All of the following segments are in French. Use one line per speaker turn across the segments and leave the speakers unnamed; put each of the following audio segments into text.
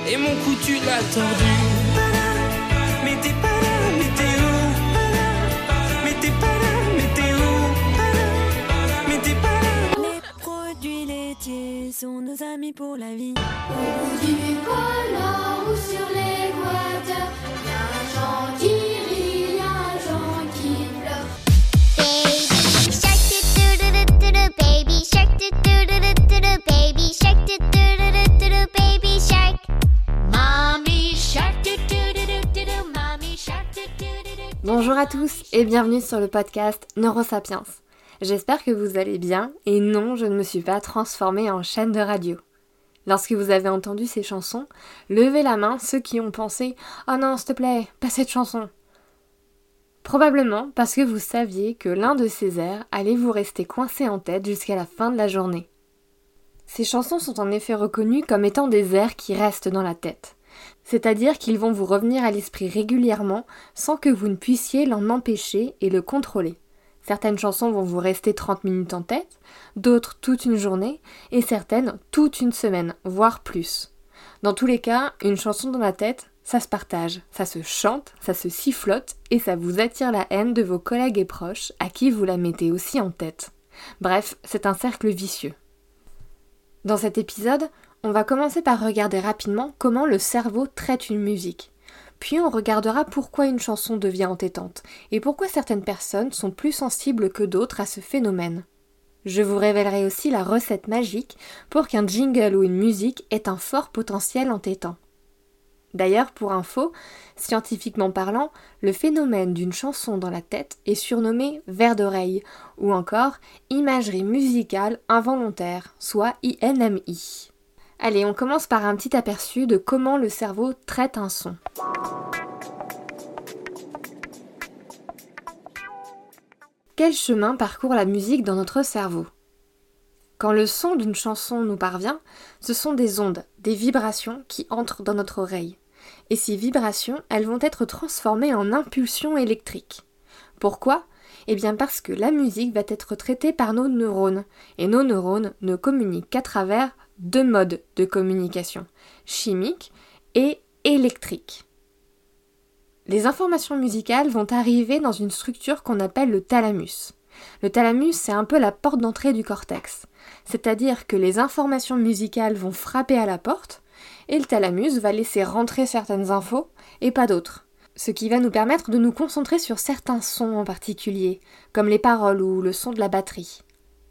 et mon cou tu l'as tordu. Mais t'es pas là, mais t'es où? Mais t'es pas là, mais t'es où? Mais t'es pas là.
Les produits laitiers sont nos amis pour la vie.
Au bout du pôle ou sur l'équateur, y'a un gens qui rit, y'a un gens qui pleure.
Baby shark do do do do do do, baby shark do do do do do do, baby shark. Mommy shark do do do do do do, mommy shark do do do do.
Bonjour à tous et bienvenue sur le podcast Neurosapiens. J'espère que vous allez bien et non, je ne me suis pas transformée en chaîne de radio. Lorsque vous avez entendu ces chansons, levez la main ceux qui ont pensé « Oh non, s'il te plaît, pas cette chanson !» Probablement parce que vous saviez que l'un de ces airs allait vous rester coincé en tête jusqu'à la fin de la journée. Ces chansons sont en effet reconnues comme étant des airs qui restent dans la tête. C'est-à-dire qu'ils vont vous revenir à l'esprit régulièrement sans que vous ne puissiez l'en empêcher et le contrôler. Certaines chansons vont vous rester 30 minutes en tête, d'autres toute une journée, et certaines toute une semaine, voire plus. Dans tous les cas, une chanson dans la tête, ça se partage, ça se chante, ça se sifflote, et ça vous attire la haine de vos collègues et proches, à qui vous la mettez aussi en tête. Bref, c'est un cercle vicieux. Dans cet épisode, on va commencer par regarder rapidement comment le cerveau traite une musique. Puis on regardera pourquoi une chanson devient entêtante et pourquoi certaines personnes sont plus sensibles que d'autres à ce phénomène. Je vous révélerai aussi la recette magique pour qu'un jingle ou une musique ait un fort potentiel entêtant. D'ailleurs, pour info, scientifiquement parlant, le phénomène d'une chanson dans la tête est surnommé vers d'oreille ou encore imagerie musicale involontaire, soit INMI. Allez, on commence par un petit aperçu de comment le cerveau traite un son. Quel chemin parcourt la musique dans notre cerveau ? Quand le son d'une chanson nous parvient, ce sont des ondes, des vibrations qui entrent dans notre oreille. Et ces vibrations, elles vont être transformées en impulsions électriques. Pourquoi ? Eh bien parce que la musique va être traitée par nos neurones, et nos neurones ne communiquent qu'à travers deux modes de communication, chimique et électrique. Les informations musicales vont arriver dans une structure qu'on appelle le thalamus. Le thalamus, c'est un peu la porte d'entrée du cortex, c'est-à-dire que les informations musicales vont frapper à la porte, et le thalamus va laisser rentrer certaines infos et pas d'autres. Ce qui va nous permettre de nous concentrer sur certains sons en particulier, comme les paroles ou le son de la batterie.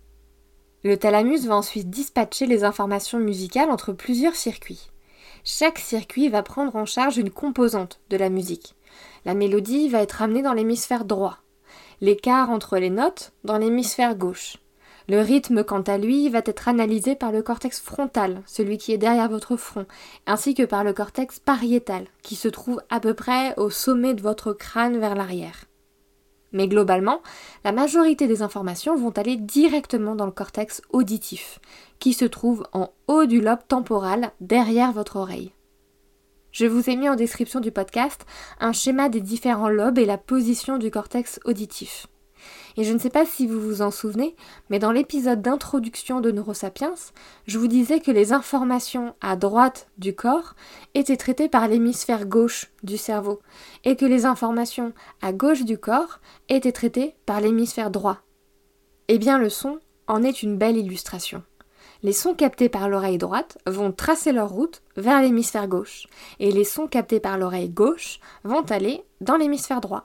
Le thalamus va ensuite dispatcher les informations musicales entre plusieurs circuits. Chaque circuit va prendre en charge une composante de la musique. La mélodie va être amenée dans l'hémisphère droit, l'écart entre les notes dans l'hémisphère gauche. Le rythme, quant à lui, va être analysé par le cortex frontal, celui qui est derrière votre front, ainsi que par le cortex pariétal, qui se trouve à peu près au sommet de votre crâne vers l'arrière. Mais globalement, la majorité des informations vont aller directement dans le cortex auditif, qui se trouve en haut du lobe temporal, derrière votre oreille. Je vous ai mis en description du podcast un schéma des différents lobes et la position du cortex auditif. Et je ne sais pas si vous vous en souvenez, mais dans l'épisode d'introduction de Neurosapiens, je vous disais que les informations à droite du corps étaient traitées par l'hémisphère gauche du cerveau, et que les informations à gauche du corps étaient traitées par l'hémisphère droit. Eh bien, le son en est une belle illustration. Les sons captés par l'oreille droite vont tracer leur route vers l'hémisphère gauche, et les sons captés par l'oreille gauche vont aller dans l'hémisphère droit.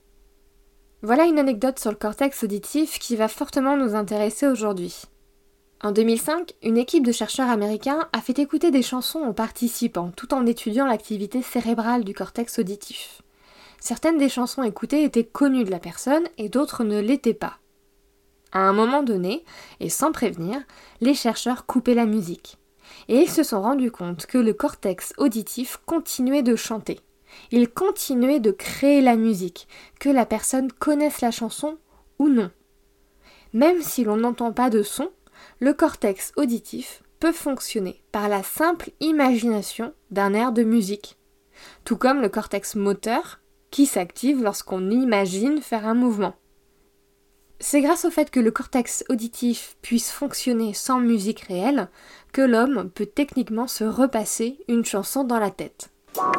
Voilà une anecdote sur le cortex auditif qui va fortement nous intéresser aujourd'hui. En 2005, une équipe de chercheurs américains a fait écouter des chansons aux participants tout en étudiant l'activité cérébrale du cortex auditif. Certaines des chansons écoutées étaient connues de la personne et d'autres ne l'étaient pas. À un moment donné, et sans prévenir, les chercheurs coupaient la musique. Et ils se sont rendus compte que le cortex auditif continuait de chanter. Il continuait de créer la musique, que la personne connaisse la chanson ou non. Même si l'on n'entend pas de son, le cortex auditif peut fonctionner par la simple imagination d'un air de musique, tout comme le cortex moteur qui s'active lorsqu'on imagine faire un mouvement. C'est grâce au fait que le cortex auditif puisse fonctionner sans musique réelle que l'homme peut techniquement se repasser une chanson dans la tête.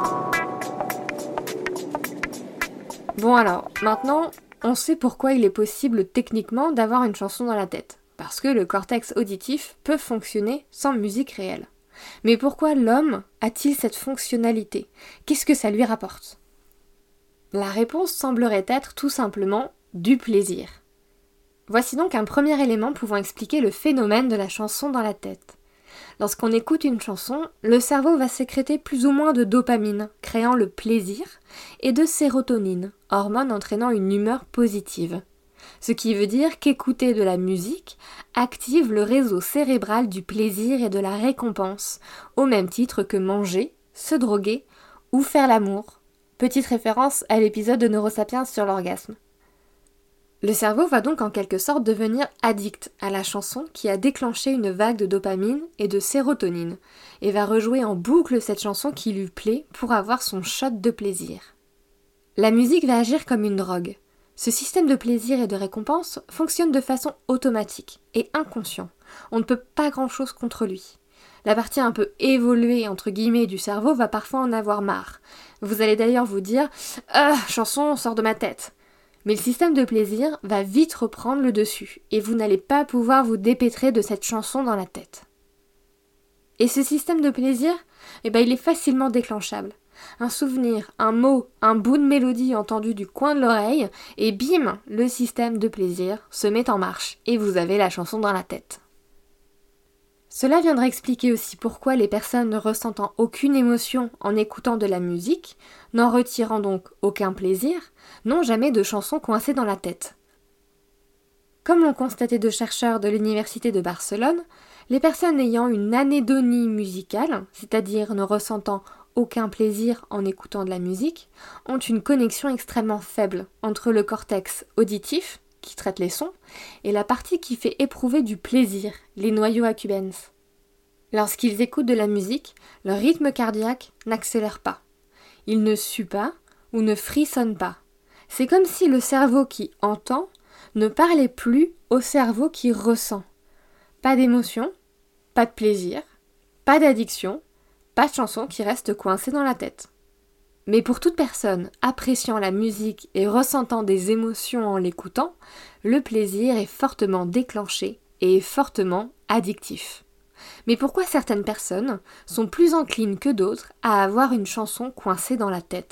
Bon alors, maintenant, on sait pourquoi il est possible techniquement d'avoir une chanson dans la tête. Parce que le cortex auditif peut fonctionner sans musique réelle. Mais pourquoi l'homme a-t-il cette fonctionnalité ? Qu'est-ce que ça lui rapporte ? La réponse semblerait être tout simplement du plaisir. Voici donc un premier élément pouvant expliquer le phénomène de la chanson dans la tête. Lorsqu'on écoute une chanson, le cerveau va sécréter plus ou moins de dopamine, créant le plaisir, et de sérotonine, hormone entraînant une humeur positive. Ce qui veut dire qu'écouter de la musique active le réseau cérébral du plaisir et de la récompense, au même titre que manger, se droguer ou faire l'amour. Petite référence à l'épisode de Neurosapiens sur l'orgasme. Le cerveau va donc en quelque sorte devenir addict à la chanson qui a déclenché une vague de dopamine et de sérotonine, et va rejouer en boucle cette chanson qui lui plaît pour avoir son shot de plaisir. La musique va agir comme une drogue. Ce système de plaisir et de récompense fonctionne de façon automatique et inconscient. On ne peut pas grand-chose contre lui. La partie un peu évoluée entre guillemets du cerveau va parfois en avoir marre. Vous allez d'ailleurs vous dire « Ah, chanson, sort de ma tête !» Mais le système de plaisir va vite reprendre le dessus et vous n'allez pas pouvoir vous dépêtrer de cette chanson dans la tête. Et ce système de plaisir, il est facilement déclenchable. Un souvenir, un mot, un bout de mélodie entendu du coin de l'oreille et bim, le système de plaisir se met en marche et vous avez la chanson dans la tête. Cela viendrait expliquer aussi pourquoi les personnes ne ressentant aucune émotion en écoutant de la musique, n'en retirant donc aucun plaisir, n'ont jamais de chanson coincée dans la tête. Comme l'ont constaté deux chercheurs de l'Université de Barcelone, les personnes ayant une anédonie musicale, c'est-à-dire ne ressentant aucun plaisir en écoutant de la musique, ont une connexion extrêmement faible entre le cortex auditif, qui traite les sons, et la partie qui fait éprouver du plaisir, les noyaux accumbens. Lorsqu'ils écoutent de la musique, leur rythme cardiaque n'accélère pas. Ils ne suent pas ou ne frissonnent pas. C'est comme si le cerveau qui entend ne parlait plus au cerveau qui ressent. Pas d'émotion, pas de plaisir, pas d'addiction, pas de chanson qui reste coincée dans la tête. Mais pour toute personne appréciant la musique et ressentant des émotions en l'écoutant, le plaisir est fortement déclenché et est fortement addictif. Mais pourquoi certaines personnes sont plus enclines que d'autres à avoir une chanson coincée dans la tête ?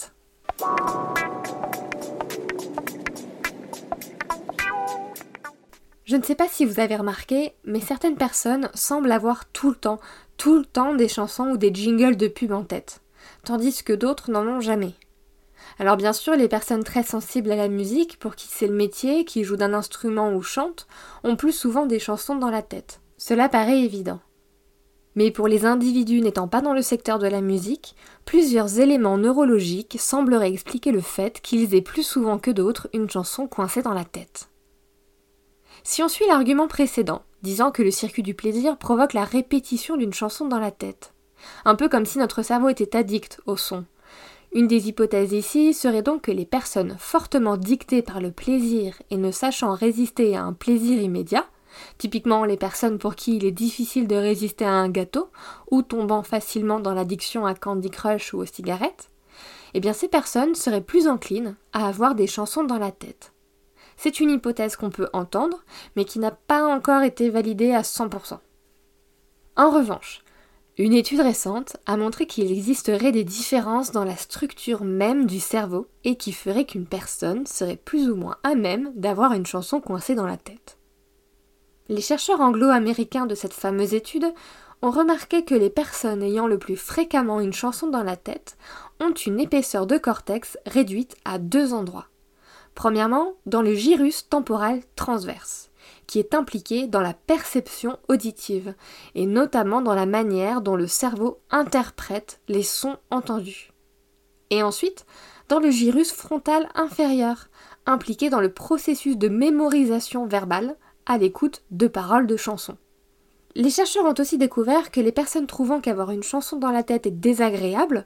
Je ne sais pas si vous avez remarqué, mais certaines personnes semblent avoir tout le temps des chansons ou des jingles de pub en tête, tandis que d'autres n'en ont jamais. Alors bien sûr, les personnes très sensibles à la musique, pour qui c'est le métier, qui jouent d'un instrument ou chantent, ont plus souvent des chansons dans la tête. Cela paraît évident. Mais pour les individus n'étant pas dans le secteur de la musique, plusieurs éléments neurologiques sembleraient expliquer le fait qu'ils aient plus souvent que d'autres une chanson coincée dans la tête. Si on suit l'argument précédent, disant que le circuit du plaisir provoque la répétition d'une chanson dans la tête, un peu comme si notre cerveau était addict au son. Une des hypothèses ici serait donc que les personnes fortement dictées par le plaisir et ne sachant résister à un plaisir immédiat, typiquement les personnes pour qui il est difficile de résister à un gâteau ou tombant facilement dans l'addiction à Candy Crush ou aux cigarettes, eh bien ces personnes seraient plus enclines à avoir des chansons dans la tête. C'est une hypothèse qu'on peut entendre, mais qui n'a pas encore été validée à 100%. En revanche, une étude récente a montré qu'il existerait des différences dans la structure même du cerveau et qui ferait qu'une personne serait plus ou moins à même d'avoir une chanson coincée dans la tête. Les chercheurs anglo-américains de cette fameuse étude ont remarqué que les personnes ayant le plus fréquemment une chanson dans la tête ont une épaisseur de cortex réduite à 2 endroits. Premièrement, dans le gyrus temporal transverse, qui est impliqué dans la perception auditive, et notamment dans la manière dont le cerveau interprète les sons entendus. Et ensuite, dans le gyrus frontal inférieur, impliqué dans le processus de mémorisation verbale à l'écoute de paroles de chansons. Les chercheurs ont aussi découvert que les personnes trouvant qu'avoir une chanson dans la tête est désagréable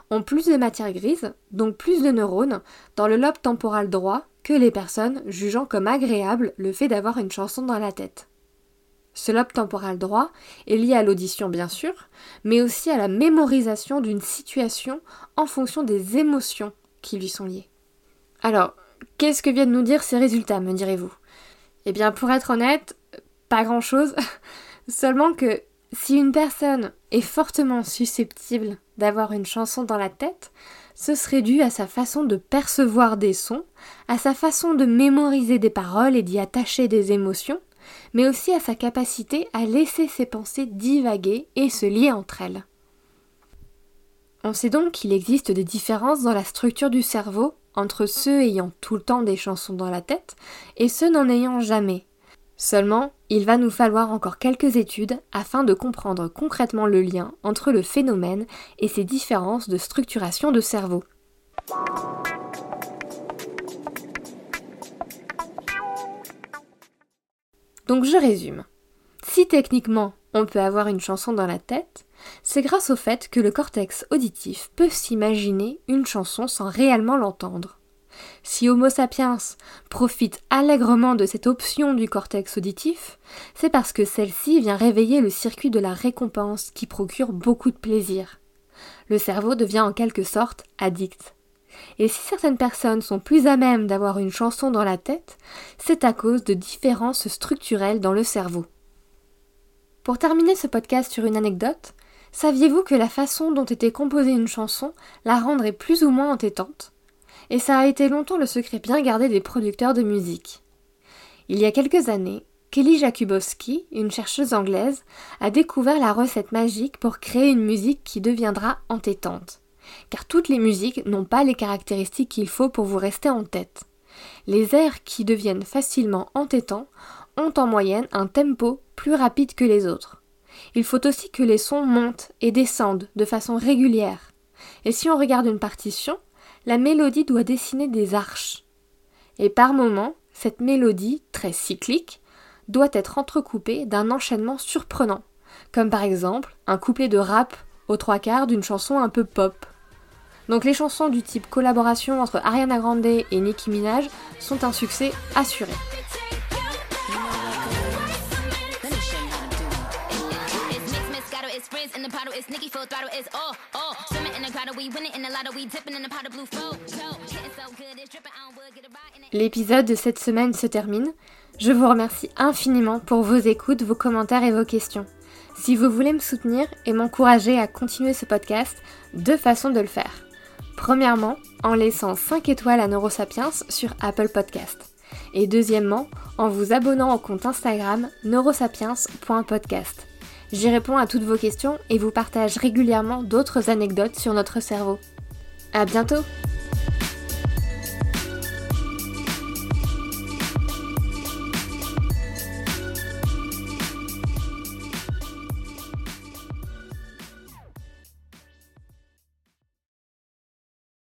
ont plus de matière grise, donc plus de neurones, dans le lobe temporal droit que les personnes jugeant comme agréable le fait d'avoir une chanson dans la tête. Ce lobe temporal droit est lié à l'audition bien sûr, mais aussi à la mémorisation d'une situation en fonction des émotions qui lui sont liées. Alors, qu'est-ce que viennent nous dire ces résultats, me direz-vous ? Eh bien, pour être honnête, pas grand-chose, seulement que si une personne est fortement susceptible d'avoir une chanson dans la tête, ce serait dû à sa façon de percevoir des sons, à sa façon de mémoriser des paroles et d'y attacher des émotions, mais aussi à sa capacité à laisser ses pensées divaguer et se lier entre elles. On sait donc qu'il existe des différences dans la structure du cerveau entre ceux ayant tout le temps des chansons dans la tête et ceux n'en ayant jamais. Seulement, il va nous falloir encore quelques études afin de comprendre concrètement le lien entre le phénomène et ces différences de structuration de cerveau. Donc je résume. Si techniquement on peut avoir une chanson dans la tête, c'est grâce au fait que le cortex auditif peut s'imaginer une chanson sans réellement l'entendre. Si Homo sapiens profite allègrement de cette option du cortex auditif, c'est parce que celle-ci vient réveiller le circuit de la récompense qui procure beaucoup de plaisir. Le cerveau devient en quelque sorte addict. Et si certaines personnes sont plus à même d'avoir une chanson dans la tête, c'est à cause de différences structurelles dans le cerveau. Pour terminer ce podcast sur une anecdote, saviez-vous que la façon dont était composée une chanson la rendrait plus ou moins entêtante ? Et ça a été longtemps le secret bien gardé des producteurs de musique. Il y a quelques années, Kelly Jakubowski, une chercheuse anglaise, a découvert la recette magique pour créer une musique qui deviendra entêtante. Car toutes les musiques n'ont pas les caractéristiques qu'il faut pour vous rester en tête. Les airs qui deviennent facilement entêtants ont en moyenne un tempo plus rapide que les autres. Il faut aussi que les sons montent et descendent de façon régulière. Et si on regarde une partition, la mélodie doit dessiner des arches. Et par moments, cette mélodie, très cyclique, doit être entrecoupée d'un enchaînement surprenant, comme par exemple un couplet de rap aux 3/4 d'une chanson un peu pop. Donc les chansons du type collaboration entre Ariana Grande et Nicki Minaj sont un succès assuré. L'épisode de cette semaine se termine. Je vous remercie infiniment pour vos écoutes, vos commentaires et vos questions. Si vous voulez me soutenir et m'encourager à continuer ce podcast, deux façons de le faire. Premièrement, en laissant 5 étoiles à Neurosapiens sur Apple Podcast. Et deuxièmement, en vous abonnant au compte Instagram neurosapiens.podcast. J'y réponds à toutes vos questions et vous partage régulièrement d'autres anecdotes sur notre cerveau. À bientôt!